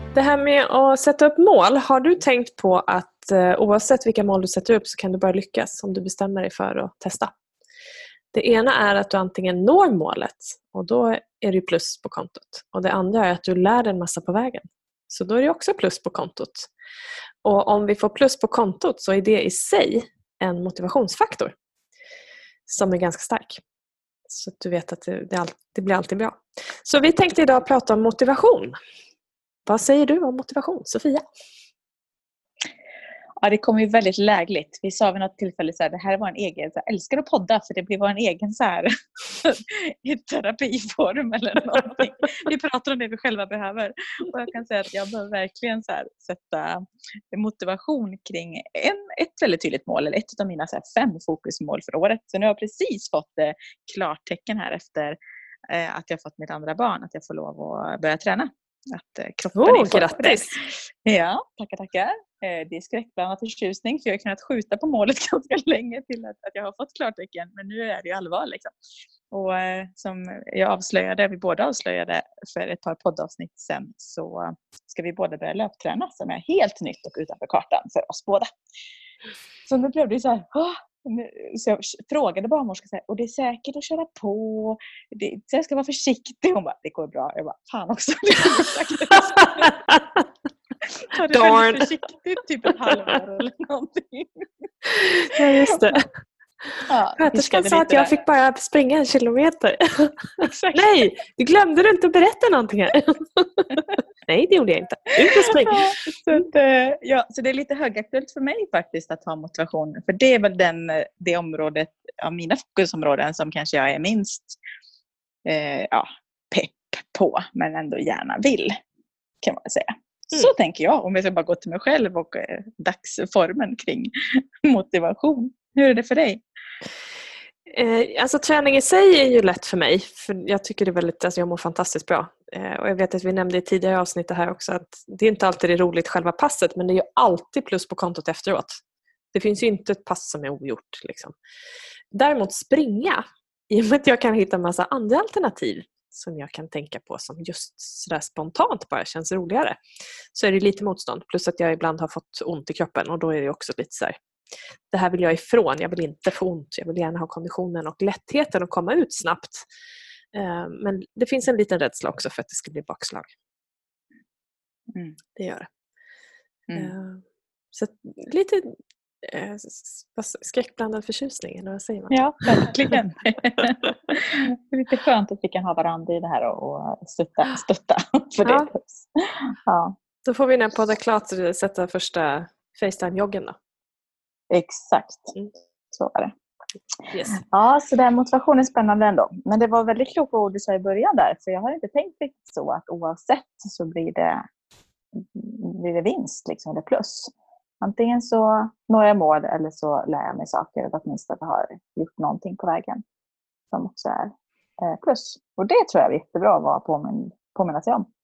Det här med att sätta upp mål, har du tänkt på att oavsett vilka mål du sätter upp så kan du bara lyckas om du bestämmer dig för att testa? Det ena är att du antingen når målet och då är det plus på kontot. Och det andra är att du lär dig en massa på vägen. Så då är det också plus på kontot. Och om vi får plus på kontot så är det i sig en motivationsfaktor som är ganska stark. Så att du vet att det blir alltid bra. Så vi tänkte idag prata om motivation. Vad säger du om motivation, Sofia? Ja, det kom ju väldigt lägligt. Vi sa vid något tillfälle så här, det här var en egen, så här, älskar att podda för det blir vår egen så här i terapiform eller någonting. Vi pratar om det vi själva behöver. Och jag kan säga att jag behöver verkligen så här, sätta motivation kring ett väldigt tydligt mål, eller ett av mina så här, 5 fokusmål för året. Så nu har jag precis fått klartecken här efter att jag fått mitt andra barn, att jag får lov att börja träna. Att kroppen är grattis! Ja, tackar. Det är skräckblandad förtjusning för jag har kunnat skjuta på målet ganska länge till att jag har fått klartecken. Men nu är det ju allvar liksom. Och som vi båda avslöjade för ett par poddavsnitt sen, så ska vi båda börja löpträna som är helt nytt och utanför kartan för oss båda. Så nu blev det så här, så jag frågade barnmorskan och det är säkert att köra på, så jag ska vara försiktig. Hon bara, det går bra. Jag bara, fan också. Ta det väldigt försiktigt, typ ett halvår eller någonting. Ja, just det. Ja, sköterskan sa att jag fick bara springa 1 kilometer. Nej, du glömde inte att berätta någonting här. Nej, det gjorde jag inte. Inte spring. Så det är lite högaktuellt för mig faktiskt att ha motivation. För det är väl det området av mina fokusområden som kanske jag är minst pepp på, men ändå gärna vill, kan man säga. Så tänker jag, om jag ska bara gå till mig själv och dagsformen kring motivation. Hur är det för dig? Alltså träning i sig är ju lätt för mig. För jag tycker det är väldigt, alltså jag mår fantastiskt bra. Och jag vet att vi nämnde i tidigare avsnitt här också att det är inte alltid det roligt själva passet, men det är ju alltid plus på kontot efteråt. Det finns ju inte ett pass som är ogjort. Liksom. Däremot springa, i och med att jag kan hitta en massa andra alternativ som jag kan tänka på som just sådär spontant bara känns roligare, så är det lite motstånd. Plus att jag ibland har fått ont i kroppen och då är det också lite så här, det här vill jag ifrån, jag vill inte få ont, jag vill gärna ha konditionen och lättheten att komma ut snabbt. Men det finns en liten rädsla också för att det ska bli bakslag. Det gör det. Så lite skräckblandad förtjusning, eller vad säger man? Ja, verkligen. Det är lite skönt att vi kan ha varandra i det här och stötta för det. Ja. Då får vi när podda klart sätta första FaceTime-joggen då. Exakt, så är det. Yes. Ja, så den motivationen är spännande ändå. Men det var väldigt kloka ord du sa i början där. För jag har inte tänkt riktigt så att oavsett så blir det vinst, liksom, det plus. Antingen så når jag mål eller så lär jag mig saker. Och åtminstone att jag har gjort någonting på vägen som också är plus. Och det tror jag är jättebra att vara påminna sig om.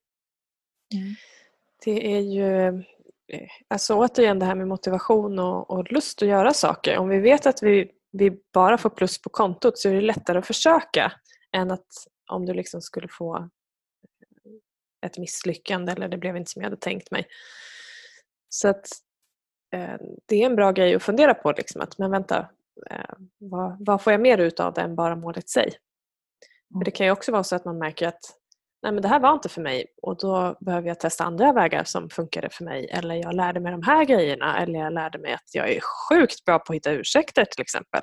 Det är ju... Alltså återigen det här med motivation och lust att göra saker. Om vi vet att vi bara får plus på kontot så är det lättare att försöka än att om du liksom skulle få ett misslyckande eller det blev inte som jag hade tänkt mig. Så att det är en bra grej att fundera på liksom, att men vänta, vad får jag mer ut av det än bara målet i sig? För det kan ju också vara så att man märker att nej, men det här var inte för mig och då behöver jag testa andra vägar som funkade för mig. Eller jag lärde mig de här grejerna. Eller jag lärde mig att jag är sjukt bra på att hitta ursäkter till exempel.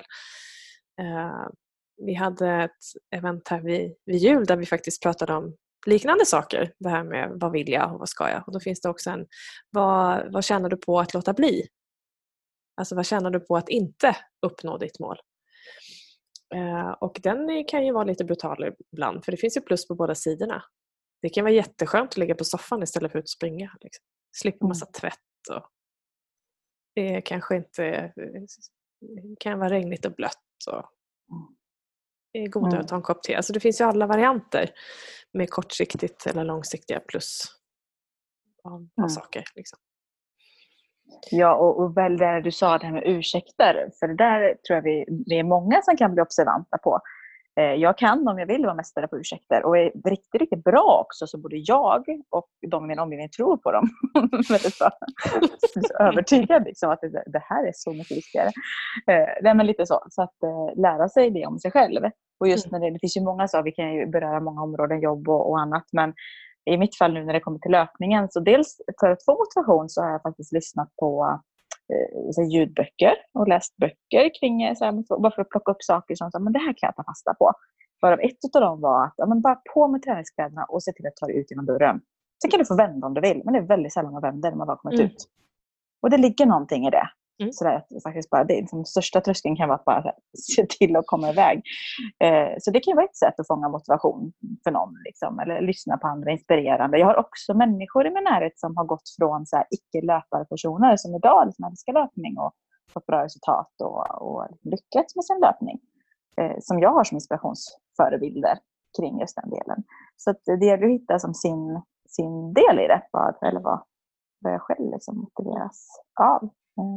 Vi hade ett event här vid jul där vi faktiskt pratade om liknande saker. Det här med vad vill jag och vad ska jag. Och då finns det också vad tjänar du på att låta bli? Alltså vad tjänar du på att inte uppnå ditt mål? Och den kan ju vara lite brutal ibland. För det finns ju plus på båda sidorna. Det kan vara jätteskönt att ligga på soffan istället för att springa. Liksom. Slippa massa tvätt. Och det kanske inte kan vara regnigt och blött. Och det är godare att ta en kopp te. Alltså det finns ju alla varianter med kortsiktigt eller långsiktiga plus av saker. Liksom. Ja, och väl det du sa det här med ursäkter. För det där tror jag vi är många som kan bli observanta på. Jag kan om jag vill vara mästare på ursäkter och är riktigt, riktigt bra också, så både jag och de i min omgivning tror på dem. Väldigt bra. Jag är så övertygad liksom, att det här är så mycket viktigare. Nej, men lite så att lära sig det om sig själv. Och just när det finns ju många saker, vi kan ju beröra många områden, jobb och annat, men i mitt fall nu när det kommer till löpningen, så dels för att få motivation så har jag faktiskt lyssnat på ljudböcker och läst böcker kring bara för att plocka upp saker som men det här kan jag ta fasta på. Varav ett av dem var att bara på med träningskläderna och se till att ta dig ut genom dörren. Sen kan du få vända om du vill, men det är väldigt sällan man vänder när man bara kommit ut. Och det ligger någonting i det. Så där, faktiskt bara, det är liksom, största tröskeln kan vara att bara se till att komma iväg. Så det kan vara ett sätt att fånga motivation för någon. Liksom, eller lyssna på andra inspirerande. Jag har också människor i min närhet som har gått från så här, icke-löparpersoner som idag liksom älskar löpning och fått bra resultat och lyckats med sin löpning. Som jag har som inspirationsförebilder kring just den delen. Så att det gäller att hitta som sin del i det. Vad jag själv liksom motiveras av.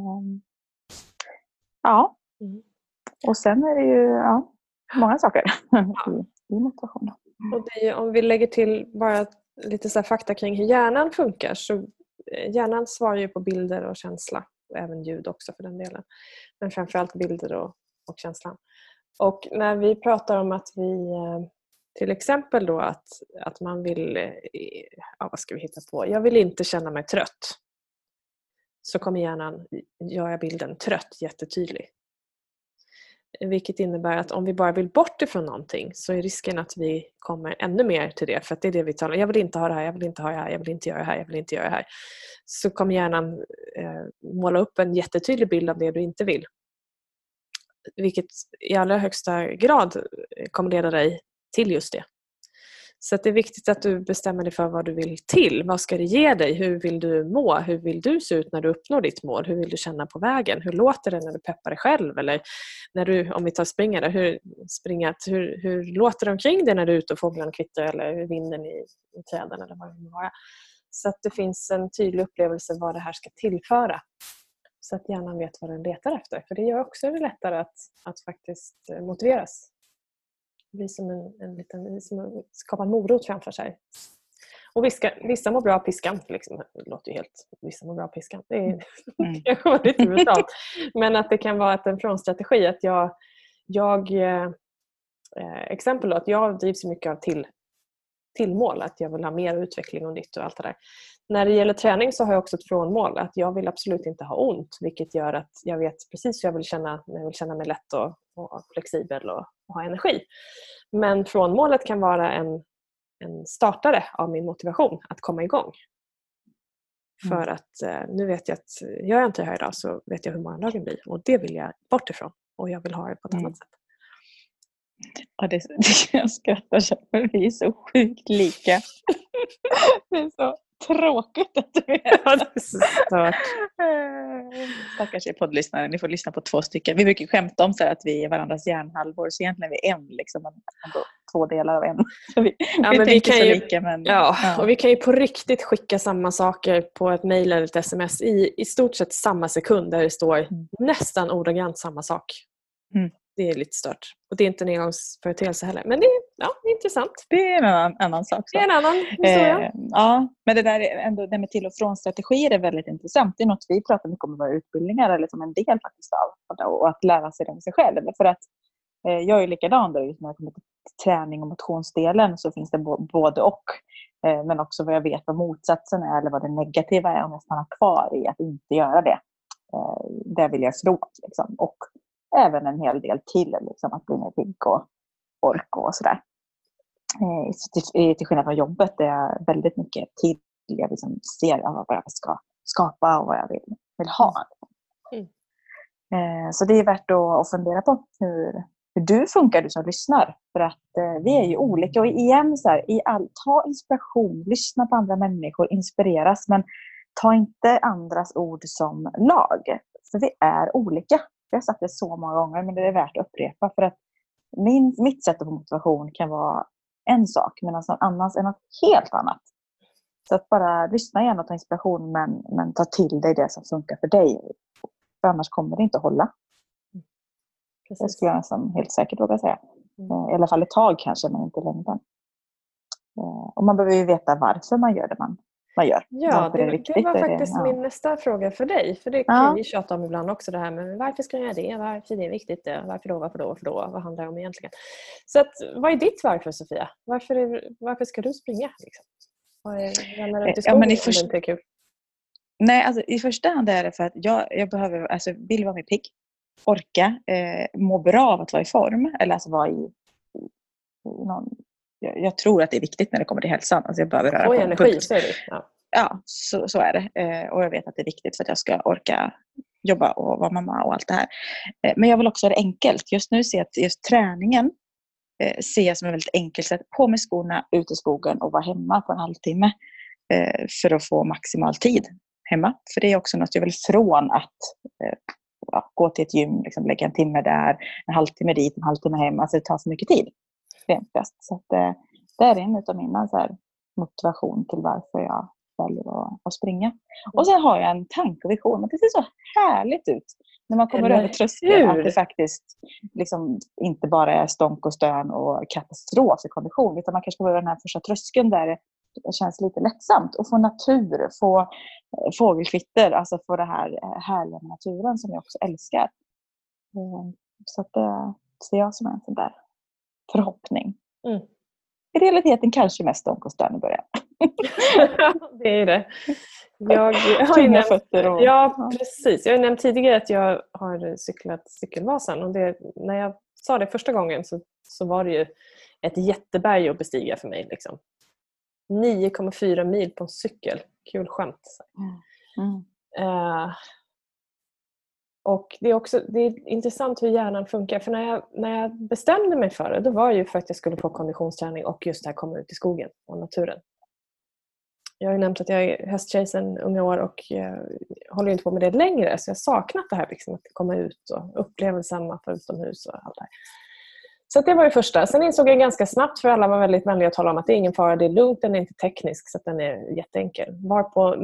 Ja. Och sen är det ju många saker i motivationen. Och det, om vi lägger till bara lite så här fakta kring hur hjärnan funkar, så hjärnan svarar ju på bilder och känsla, och även ljud också för den delen, men framförallt bilder och känslan. Och när vi pratar om att vi till exempel då att man vill, vad ska vi hitta på, jag vill inte känna mig trött, så kommer hjärnan göra bilden trött jättetydlig. Vilket innebär att om vi bara vill bort ifrån någonting, så är risken att vi kommer ännu mer till det. För att det är det vi talar om. Jag vill inte ha det här, jag vill inte ha det här, jag vill inte göra det här, jag vill inte göra det här. Så kommer hjärnan måla upp en jättetydlig bild av det du inte vill. Vilket i allra högsta grad kommer leda dig till just det. Så att det är viktigt att du bestämmer dig för vad du vill till. Vad ska det ge dig? Hur vill du må? Hur vill du se ut när du uppnår ditt mål? Hur vill du känna på vägen? Hur låter det när du peppar dig själv? Eller när du, om vi tar springare, hur låter det omkring dig när du är ute och fåglarna kvittrar, eller vinden i träden eller vad det må vara. Så att det finns en tydlig upplevelse vad det här ska tillföra. Så att hjärnan vet vad den letar efter. För det gör också det lättare att faktiskt motiveras. Det blir som som skapar en morot framför sig. Och vissa mår bra av piskan. Liksom. Det låter ju helt... Vissa mår bra av piskan. Det är kanske lite brutalt. Men att det kan vara en frånstrategi. Att exempel då, att jag drivs mycket av tillmål. Att jag vill ha mer utveckling och nytt och allt det där. När det gäller träning så har jag också ett frånmål. Att jag vill absolut inte ha ont. Vilket gör att jag vet precis hur jag vill känna. När jag vill känna mig lätt och flexibel och ha energi. Men frånmålet kan vara en startare av min motivation att komma igång. För att nu vet jag att gör jag inte det här idag, så vet jag hur morgondagen blir. Och det vill jag bort ifrån. Och jag vill ha det på ett annat sätt. Ja, jag skrattar så, för vi är så sjukt lika. Det är så tråkigt att du är. Ja, det är så stört. Stackars er poddlyssnare, ni får lyssna på 2 stycken. Vi brukar skämta om så att vi är varandras hjärnhalvor, så egentligen är vi en, liksom, ändå 2 delar av en. Så vi tänker så lika. Men, och vi kan ju på riktigt skicka samma saker på ett mejl eller ett sms i stort sett samma sekund, där det står nästan ordagrant samma sak. Det är lite stört. Och det är inte en engångsföreteelse heller. Men det är intressant. Det är en annan sak. Så. Det är en annan historia. Men det där är ändå, det med till- och frånstrategier är väldigt intressant. Det är något vi pratar mycket om i våra utbildningar, eller som en del faktiskt av. Och att lära sig det med sig själv. För att jag är likadan då, när det kommer till träning och motionsdelen, så finns det både och. Men också vad jag vet vad motsatsen är, eller vad det negativa är om jag stannar kvar i att inte göra det. Där vill jag slå. Liksom. Och även en hel del till, liksom, att bli mer pigg och ork och sådär. Till skillnad från jobbet, det är väldigt mycket till. Jag liksom ser vad jag ska skapa och vad jag vill ha. Så det är värt att fundera på hur du funkar, du som lyssnar. För att vi är ju olika. Och igen, så här, ta inspiration, lyssna på andra människor, inspireras. Men ta inte andras ord som lag. För vi är olika. Jag har sagt det så många gånger, men det är värt att upprepa. För att mitt sätt att få motivation kan vara en sak, medan någon annans är något helt annat. Så att bara lyssna igen och ta inspiration, men ta till dig det som funkar för dig. För annars kommer det inte att hålla. Precis. Det skulle jag nästan helt säkert våga säga. I alla fall ett tag kanske, men inte längden. Och man behöver ju veta varför man gör det man gör. Ja, det var faktiskt min nästa fråga för dig. För det kan vi tjata om ibland också, det här med varför ska jag göra det? Varför det är viktigt? Varför då? Vad handlar det om egentligen? Så att, vad är ditt varför, Sofia? Varför ska du springa? Liksom? Lämnar du till skogen om det inte är kul? Nej, alltså, i första hand är det för att jag behöver, alltså, vill vara mer pigg, orka, må bra av att vara i form. Eller alltså vara i någon... Jag tror att det är viktigt när det kommer till hälsan. Alltså jag behöver röra på energi, så är det. Ja, så är det. Och jag vet att det är viktigt för att jag ska orka jobba och vara mamma och allt det här. Men jag vill också ha det enkelt. Just nu ser jag att just träningen ser jag som ett väldigt enkelt sätt. På med skorna, ut i skogen och vara hemma på en halvtimme. För att få maximal tid hemma. För det är också något jag vill från att gå till ett gym, liksom lägga en timme där, en halvtimme dit, en halvtimme hem. Alltså det tar så mycket tid. Rent bäst. Så att, det är en av mina så här, motivation till varför jag väljer att springa. Och sen har jag en tanke och vision. Det ser så härligt ut när man kommer över tröskeln. Att det faktiskt liksom inte bara är stånk och stön och katastrof i kondition. Utan man kanske ska börja den här första tröskeln där det känns lite lättsamt. Och få natur, få fågelkvitter. Alltså få det här härliga naturen som jag också älskar. Så att det ser jag som en sån där förhoppning. I realiteten kanske mest stånk och stön i början. Det är det. Jag har ju nämnt, precis. Jag har nämnt tidigare att jag har cyklat Cykelvasan. Och när jag sa det första gången så var det ju ett jätteberg att bestiga för mig. Liksom. 9,4 mil på en cykel. Kul skämt. Och det är intressant hur hjärnan funkar. För när jag bestämde mig för det, då var det ju för att jag skulle få konditionsträning och just det här komma ut i skogen och naturen. Jag har ju nämnt att jag är hästtjej sedan unga år och håller inte på med det längre. Så jag har saknat det här liksom, att komma ut och upplevelsen att vara utomhus och allt det här. Så det var det första. Sen insåg jag ganska snabbt, för alla var väldigt vänliga att tala om att det är ingen fara, det är lugnt, den är inte teknisk så att den är jätteenkel. Varpå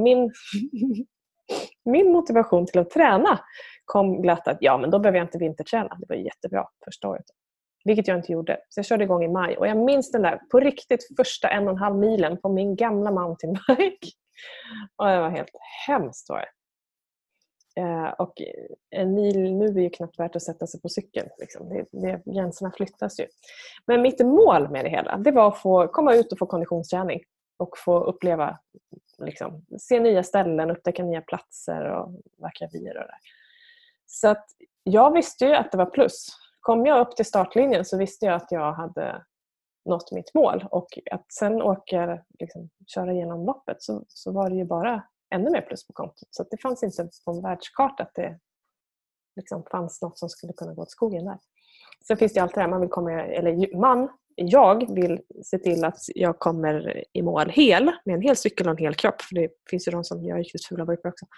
min motivation till att träna kom glatt att men då behöver jag inte vinterträna. Det var jättebra första året. Vilket jag inte gjorde. Så jag körde igång i maj. Och jag minns den där på riktigt första 1,5 milen på min gamla mountainbike. Och det var helt hemskt var det. Och en mil nu är ju knappt värt att sätta sig på cykeln. Liksom. Gränserna flyttas ju. Men mitt mål med det hela, det var att få komma ut och få konditionsträning. Och få uppleva, liksom, se nya ställen, upptäcka nya platser och vackra vyer och det där. Så att jag visste ju att det var plus. Kom jag upp till startlinjen så visste jag att jag hade nått mitt mål. Och att sen köra igenom loppet så var det ju bara ännu mer plus på kontot. Så att det fanns inte på en världskarta att det liksom fanns något som skulle kunna gå åt skogen där. Sen finns det alltid det här, jag vill se till att jag kommer i mål hel, med en hel cykel och en hel kropp. För det finns ju de som gör riktigt fula burpar också.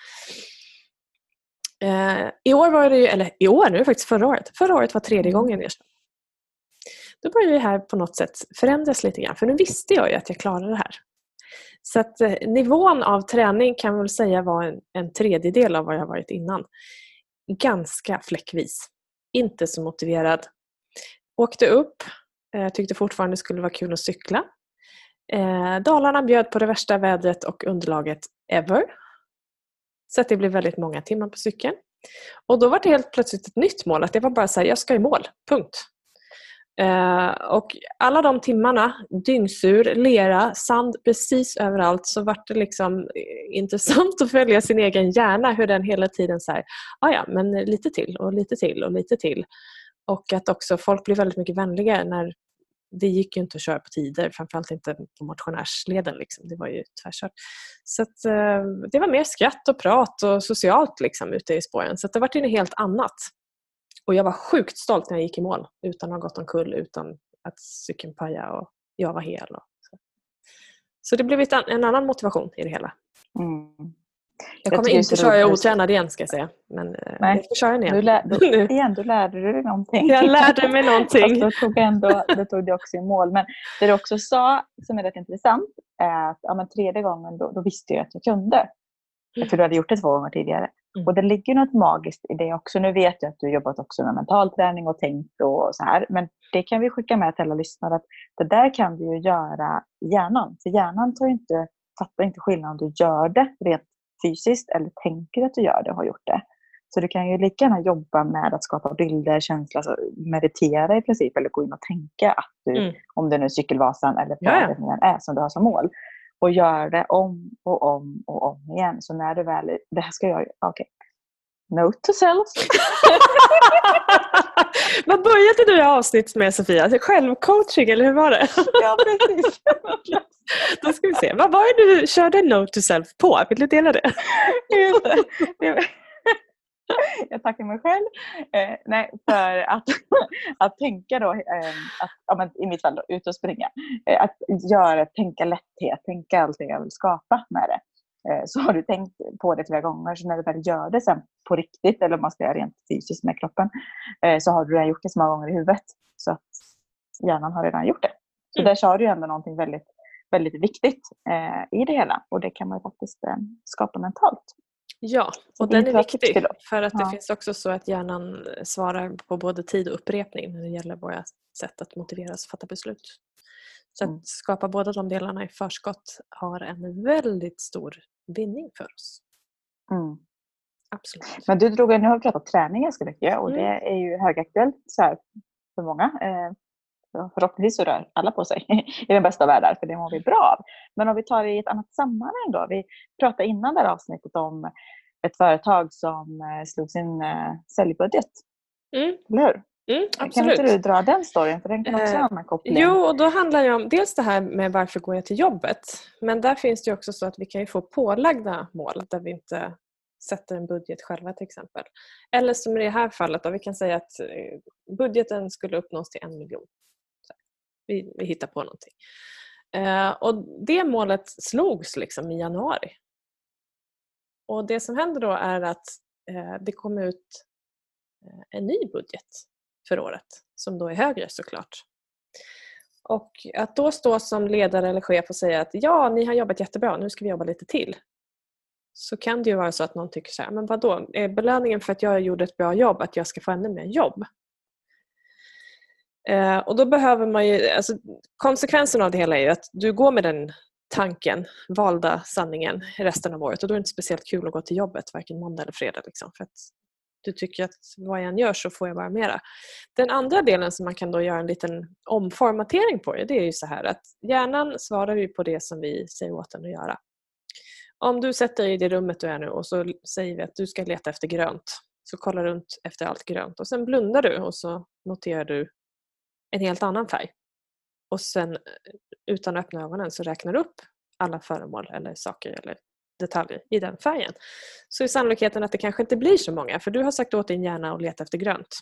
I år var det ju, eller i år, nu är det faktiskt förra året. Förra året var 3:e gången jag. Då började det här på något sätt förändras lite grann. För nu visste jag ju att jag klarade det här. Så att nivån av träning kan man väl säga var en tredjedel av vad jag varit innan. Ganska fläckvis. Inte så motiverad. Åkte upp. Tyckte fortfarande det skulle vara kul att cykla. Dalarna bjöd på det värsta vädret och underlaget ever. Så att det blev väldigt många timmar på cykeln. Och då var det helt plötsligt ett nytt mål. Att det var bara så här, jag ska i mål. Punkt. Och alla de timmarna, dyngsur, lera, sand precis överallt, så var det liksom intressant att följa sin egen hjärna. Hur den hela tiden så här, men lite till och lite till och lite till. Och att också folk blir väldigt mycket vänligare när det gick ju inte att köra på tider, framförallt inte på motionärsleden liksom. Det var ju tvärkört. Så att, det var mer skratt och prat och socialt liksom ute i spåren. Så att det var ju något helt annat. Och jag var sjukt stolt när jag gick i mål utan att ha gått omkull, utan att cykeln paja och jag var hel. Så det blev en annan motivation i det hela. Jag kommer inte köra otränad igen, ska jag säga. Men jag ska köra den igen. Du lärde dig någonting. Jag lärde mig någonting. Du tog det också i mål. Men det du också sa, som är rätt intressant, är att 3:e gången då visste jag att jag kunde. För du hade gjort det 2 gånger tidigare. Och det ligger något magiskt i det också. Nu vet jag att du jobbat också med mental träning och tänkt och så här. Men det kan vi skicka med till alla lyssnare. Att det där kan du ju göra i hjärnan. För hjärnan fattar inte skillnad om du gör det rent fysiskt eller tänker att du gör det och har gjort det. Så du kan ju lika gärna jobba med att skapa bilder, känslor, alltså meditera i princip. Eller gå in och tänka att du, om det nu är Cykelvasan eller vad det nu är som du har som mål. Och gör det om och om och om igen. Så när du väl, det här ska jag, okej. Note to self. Vad började du i avsnitt med, Sofia? Alltså självcoaching, eller hur var det? Ja, precis. Då ska vi se. Vad var det du körde note to self på? Vill du dela det? Just det. Jag tackar mig själv. Nej, för att tänka då, i mitt fall då, ut och springa. Att tänka lätthet, tänka allting jag vill skapa med det. Så har du tänkt på det flera gånger, så när du väl gör det sen på riktigt, eller om man ska göra rent fysiskt med kroppen, så har du redan gjort det så många gånger i huvudet. Så att hjärnan har redan gjort det. Så där sa du ju ändå någonting väldigt, väldigt viktigt i det hela. Och det kan man ju faktiskt skapa mentalt. Ja, och den är viktig för att det finns också så att hjärnan svarar på både tid och upprepning när det gäller våra sätt att motiveras och fatta beslut. Så att skapa båda de delarna i förskott har en väldigt stor vinning för oss. Absolut. Men nu har vi pratat träning ganska mycket och det är ju högaktuellt så här för många. Förhoppningsvis så rör alla på sig i den bästa världen, för det mår vi bra av. Men om vi tar det i ett annat sammanhang då. Vi pratade innan det här avsnittet om ett företag som slog sin säljbudget. Eller hur? Absolut. Kan inte du dra den storyn? För den kan också ha en koppling. Jo, och då handlar det om dels det här med varför går jag till jobbet. Men där finns det också så att vi kan ju få pålagda mål där vi inte sätter en budget själva till exempel. Eller som i det här fallet då, vi kan säga att budgeten skulle uppnås till 1 miljon. Vi hittar på någonting. Och det målet slogs liksom i januari. Och det som händer då är att det kommer ut en ny budget för året som då är högre såklart. Och att då stå som ledare eller chef och säga att ja, ni har jobbat jättebra, nu ska vi jobba lite till. Så kan det ju vara så att någon tycker så här, men vadå, är belöningen för att jag gjorde ett bra jobb att jag ska få ännu mer jobb? Och då behöver man ju, alltså, konsekvensen av det hela är ju att du går med den tanken, valda sanningen resten av året, och då är det inte speciellt kul att gå till jobbet varken måndag eller fredag liksom, för att du tycker att vad jag än gör så får jag bara mera. Den andra delen som man kan då göra en liten omformatering på det är ju så här att hjärnan svarar ju på det som vi säger åt den att göra. Om du sätter dig i det rummet du är nu och så säger vi att du ska leta efter grönt, så kollar du runt efter allt grönt och sen blundar du och så noterar du en helt annan färg. Och sen utan att öppna ögonen så räknar du upp alla föremål eller saker eller detaljer i den färgen. Så är sannolikheten att det kanske inte blir så många, för du har sagt åt din hjärna att leta efter grönt.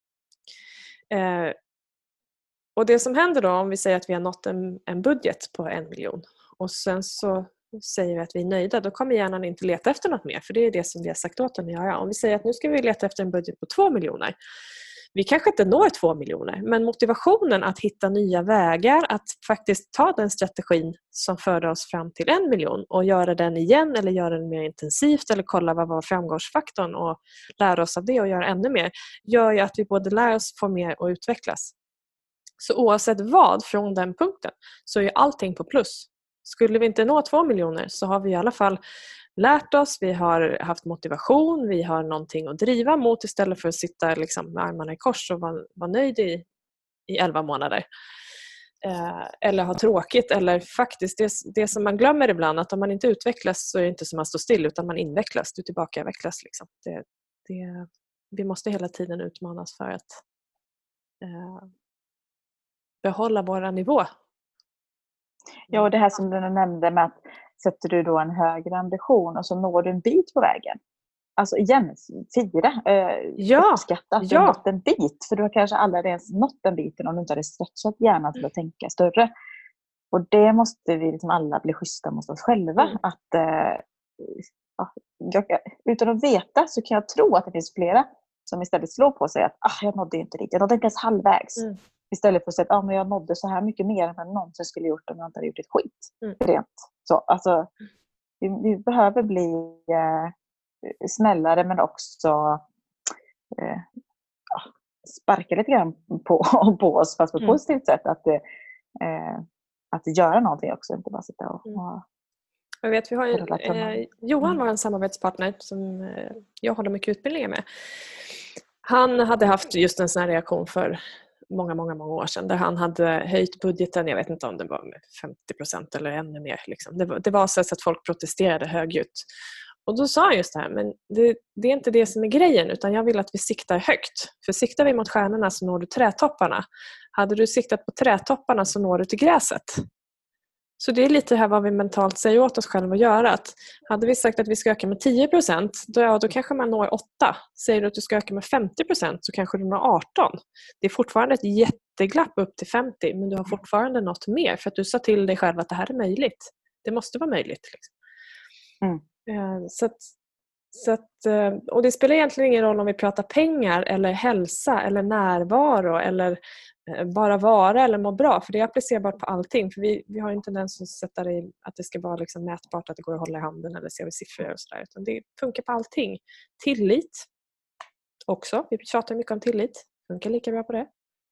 Och det som händer då, om vi säger att vi har nått en budget på 1 miljon och sen så säger vi att vi är nöjda, då kommer hjärnan inte leta efter något mer, för det är det som vi har sagt åt den att göra. Om vi säger att nu ska vi leta efter en budget på 2 miljoner. Vi kanske inte når 2 miljoner, men motivationen att hitta nya vägar, att faktiskt ta den strategin som förde oss fram till 1 miljon och göra den igen eller göra den mer intensivt eller kolla vad var framgångsfaktorn och lära oss av det och göra ännu mer, gör ju att vi både lär oss, får mer och utvecklas. Så oavsett vad från den punkten så är ju allting på plus. Skulle vi inte nå 2 miljoner så har vi i alla fall lärt oss, vi har haft motivation, vi har någonting att driva mot istället för att sitta liksom med armarna i kors och vara nöjd i 11 månader. Eller ha tråkigt, eller faktiskt det som man glömmer ibland, att om man inte utvecklas så är det inte som att man står still utan man invecklas, du tillbakavecklas liksom. Vi måste hela tiden utmanas för att behålla vår nivå. Ja, och det här som du nämnde med att sätter du då en högre ambition och så når du en bit på vägen. Alltså igen, fira, uppskatta att du har nått en bit. För du har kanske aldrig ens nått den biten om du inte hade stretchat hjärnan till att tänka större. Och det måste vi liksom alla bli schyssta mot oss själva. Att, utan att veta så kan jag tro att det finns flera som istället slår på sig att jag nådde inte dit, jag nådde inte ens halvvägs. Istället för att säga att jag nådde så här mycket mer än vad någon som skulle gjort om jag inte hade gjort ett skit. Rent. Så, alltså, vi behöver bli snällare men också sparka lite grann på oss fast på ett positivt sätt. Att göra någonting också, inte bara sitta och jag vet, vi har Johan var en samarbetspartner som jag håller mycket utbildningar med. Han hade haft just en sån här reaktion för många år sedan där han hade höjt budgeten, jag vet inte om det var med 50% eller ännu mer. Liksom. Det var så att folk protesterade högljutt. Och då sa han just det här, men det är inte det som är grejen, utan jag vill att vi siktar högt. För siktar vi mot stjärnorna så når du trädtopparna. Hade du siktat på trädtopparna så når du till gräset. Så det är lite här vad vi mentalt säger åt oss själva att göra. Att hade vi sagt att vi ska öka med 10%, då kanske man når 8. Säger du att du ska öka med 50% så kanske du når 18. Det är fortfarande ett jätteglapp upp till 50, men du har fortfarande något mer för att du sa till dig själv att det här är möjligt. Det måste vara möjligt. Liksom. Och det spelar egentligen ingen roll om vi pratar pengar eller hälsa eller närvaro eller bara vara eller må bra, för det är applicerbart på allting. För vi har inte tendens att sätta det i att det ska vara liksom mätbart, att det går att hålla i handen eller se siffror och sådär, utan det funkar på allting. Tillit också, vi pratar mycket om tillit, funkar lika bra på det.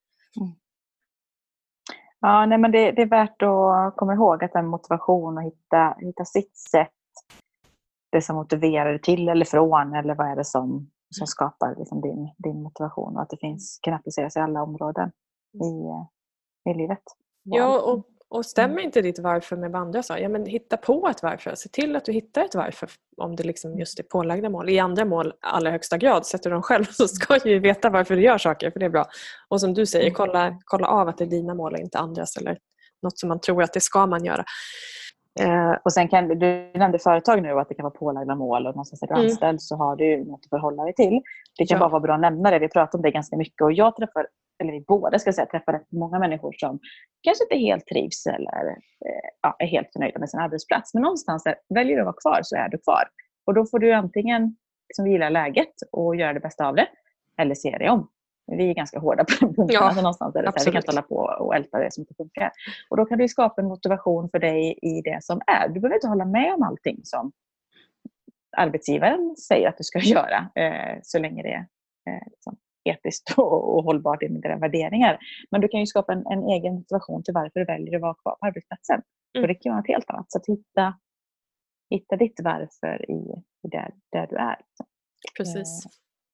Ja, nej, men det är värt att komma ihåg att den motivation och hitta sitt sätt, det som motiverar till eller från, eller vad är det som skapar liksom din motivation, och att det kan appliceras i alla områden i livet. Ja, och stämmer inte ditt varför med vad andra sa, ja, men hitta på ett varför. Se till att du hittar ett varför om det liksom just är pålagda mål. I andra mål, allra högsta grad, sätter du dem själv så ska du ju veta varför du gör saker, för det är bra. Och som du säger, kolla av att det är dina mål och inte andras, eller något som man tror att det ska man göra. Och sen du nämnde företag nu, att det kan vara pålagda mål, och någonstans är du anställd så har du något att förhålla dig till. Det kan bara vara bra att nämna det. Vi pratar om det ganska mycket, och jag vi båda träffar rätt många människor som kanske inte helt trivs eller är helt nöjda med sin arbetsplats. Men någonstans väljer du att vara kvar så är du kvar. Och då får du antingen liksom gilla läget och göra det bästa av det, eller se det om. Vi är ganska hårda på den punkten. Ja, någonstans. Vi kan inte hålla på och älta det som inte funkar. Och då kan du skapa en motivation för dig i det som är. Du behöver inte hålla med om allting som arbetsgivaren säger att du ska göra. Så länge det är liksom etiskt och hållbart enligt dina värderingar. Men du kan ju skapa en egen motivation till varför du väljer att vara kvar på arbetsplatsen. Och det kan vara något helt annat. Så att hitta ditt varför i där du är. Precis.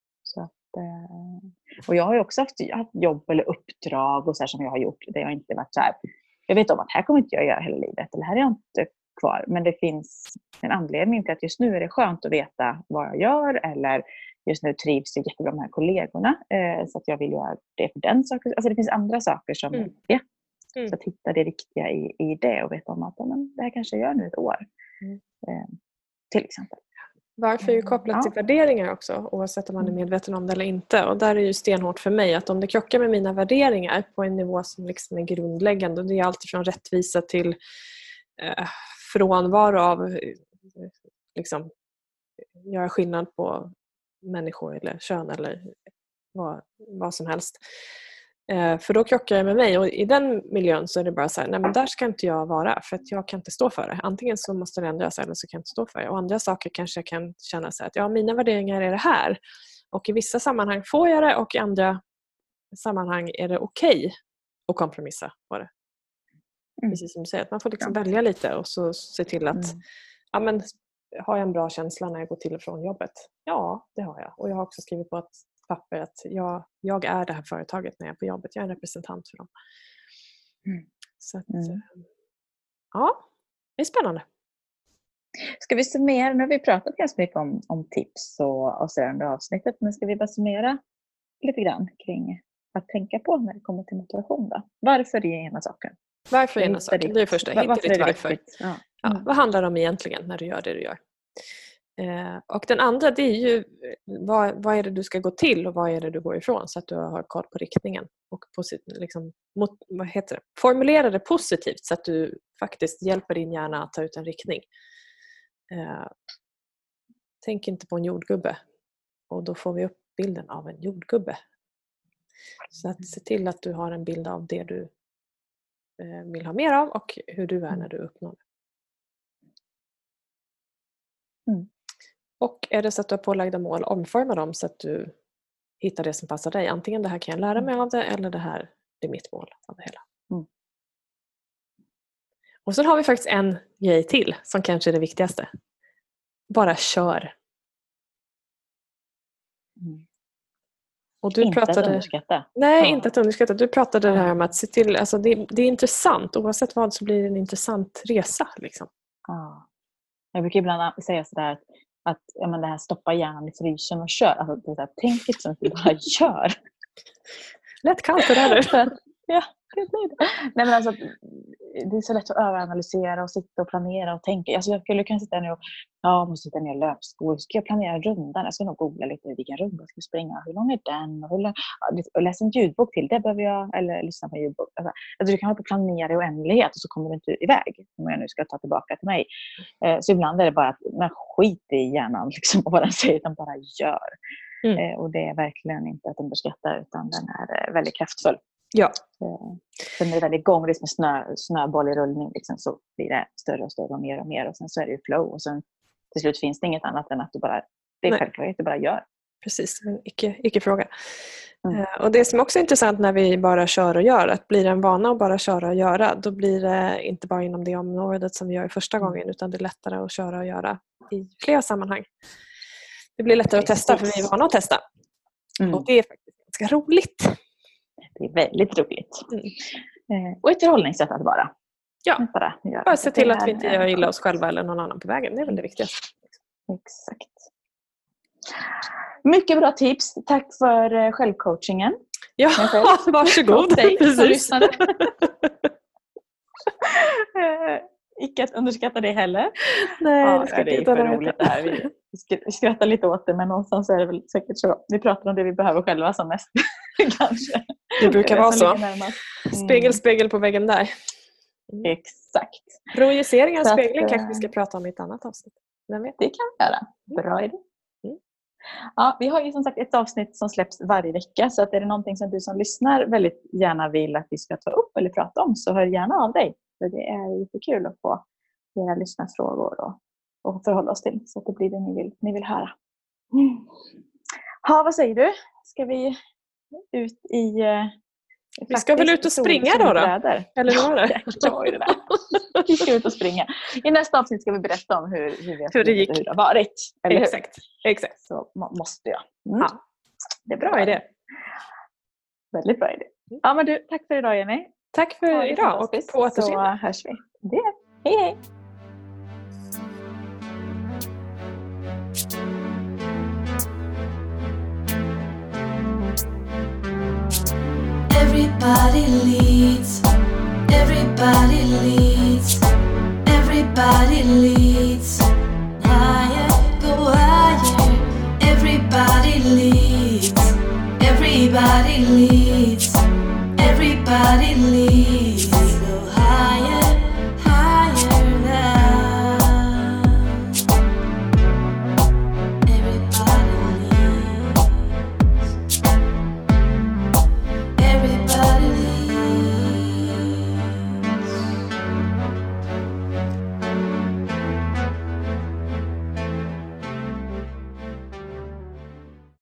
Och jag har ju också haft jobb eller uppdrag och så här som jag har gjort, där jag inte varit så här, jag vet om att här kommer inte jag göra hela livet, eller här är jag inte kvar, men det finns en anledning till att just nu är det skönt att veta vad jag gör, eller just nu trivs jag jättebra med de här kollegorna, så att jag vill göra det för den saken. Alltså det finns andra saker som är viktiga. Så att hitta det riktiga i det och veta om att det här kanske jag gör nu ett år. Till exempel. Varför är ju kopplat till värderingar också, oavsett om man är medveten om det eller inte. Och där är ju stenhårt för mig att om det krockar med mina värderingar på en nivå som liksom är grundläggande, och det är allt från rättvisa till frånvaro av liksom, göra skillnad på människor eller kön eller vad som helst. För då krockar det med mig, och i den miljön så är det bara så här, nej men där ska inte jag vara, för att jag kan inte stå för det. Antingen så måste det ändras eller så kan jag inte stå för det. Och andra saker kanske jag kan känna så här, att mina värderingar är det här. Och i vissa sammanhang får jag det, och i andra sammanhang är det okej att kompromissa på det. Precis som du säger, att man får liksom välja lite och så se till att har jag en bra känsla när jag går till och från jobbet? Ja, det har jag. Och jag har också skrivit på ett papper att jag är det här företaget när jag är på jobbet. Jag är en representant för dem. Så att, det är spännande. Ska vi summera? Nu har vi pratat ganska mycket om tips och så under avsnittet. Men ska vi bara summera lite grann kring att tänka på när det kommer till motivation då? Varför är ena saken? Varför är ena saken? Det är första. Hitta ditt varför. Ja. Vad handlar det om egentligen när du gör det du gör? Och den andra, det är ju vad är det du ska gå till och vad är det du går ifrån, så att du har koll på riktningen och liksom, formulera det positivt så att du faktiskt hjälper din hjärna att ta ut en riktning. Tänk inte på en jordgubbe, och då får vi upp bilden av en jordgubbe. Så att se till att du har en bild av det du vill ha mer av och hur du är när du uppnår det. Och är det så att du har pålagda mål, omforma dem så att du hittar det som passar dig. Antingen det här kan jag lära mig av det, eller det här är mitt mål av det hela. Mm. Och så har vi faktiskt en grej till som kanske är det viktigaste. Bara kör. Och du Inte att underskatta. Nej, inte att underskatta. Du pratade det här om att se till, alltså det är intressant. Oavsett vad så blir det en intressant resa. Liksom. Ja. Jag brukar ibland säga sådär att det här stoppa hjärnan i frysen och kör. Alltså, det där, tänk inte som att du bara gör. Lätt kallt det där. Ja, nej, men alltså, det är så lätt att överanalysera och sitta och planera och tänka. Alltså, jag skulle kunna sitta ner och måste sitta ner löpskor. Ska jag planera rundan? Jag ska nog googla lite vilken runda ska jag springa. Hur lång är den? Och läsa en ljudbok till. Det behöver jag. Eller lyssna på en ljudbok. Alltså, du kan hålla på och planera i oändlighet och så kommer du inte iväg. Om jag nu ska ta tillbaka till mig. Så ibland är det bara att man skiter i hjärnan liksom, och vad den säger. Utan bara gör. Och det är verkligen inte att underskatta utan den är väldigt kraftfull. Ja. Sen är det väldigt igång med snöboll i rullning liksom, så blir det större och större och mer och sen så är det ju flow och sen till slut finns det inget annat än att du bara, det är självklart att du bara gör. Precis, en icke-fråga. Och det som också är intressant när vi bara kör och gör, att blir det en vana att bara köra och göra, då blir det inte bara inom det området som vi gör första gången, utan det är lättare att köra och göra i flera sammanhang. Det blir lättare att testa för vi är vana att testa. Och det är faktiskt ganska roligt. Det är väldigt roligt. Och ett förhållningssätt att vara. Ja, bara se till att vi inte gör illa oss själva eller någon annan på vägen. Det är väl det viktigaste. Exakt. Mycket bra tips. Tack för självcoachingen. Ja, varsågod. Precis. Icke att underskatta det heller. Nej, det är för roligt det här. Vi skrattar lite åt det, men någonstans är det väl säkert så. Vi pratar om det vi behöver själva som mest. Kanske. Det brukar vara så. Spegel på väggen där. Exakt. Projicering av spegling kanske vi ska prata om i ett annat avsnitt. Vem vet? Det kan vi göra. Bra idé. Ja, vi har ju som sagt ett avsnitt som släpps varje vecka, så att är det någonting som du som lyssnar väldigt gärna vill att vi ska ta upp eller prata om, så hör gärna av dig. För det är jättekul att få era lyssnarfrågor och förhålla oss till, så att det blir det ni vill höra. Vad säger du? Ska vi ut i... Vi ska väl ut och springa då? Eller hur var det? Det var ju det där. Vi ska ut och springa. I nästa avsnitt ska vi berätta om hur det gick. Hur det har varit. Eller Exakt. Så måste jag. Ja. Det är bra idé. Väldigt bra idé. Ja, men du, tack för idag, Jenny. Tack för idag och på återseende. Så hörs vi. Hej, hej. Everybody leads, everybody leads, everybody leads. Higher, go higher. Everybody leads, everybody leads, everybody leads.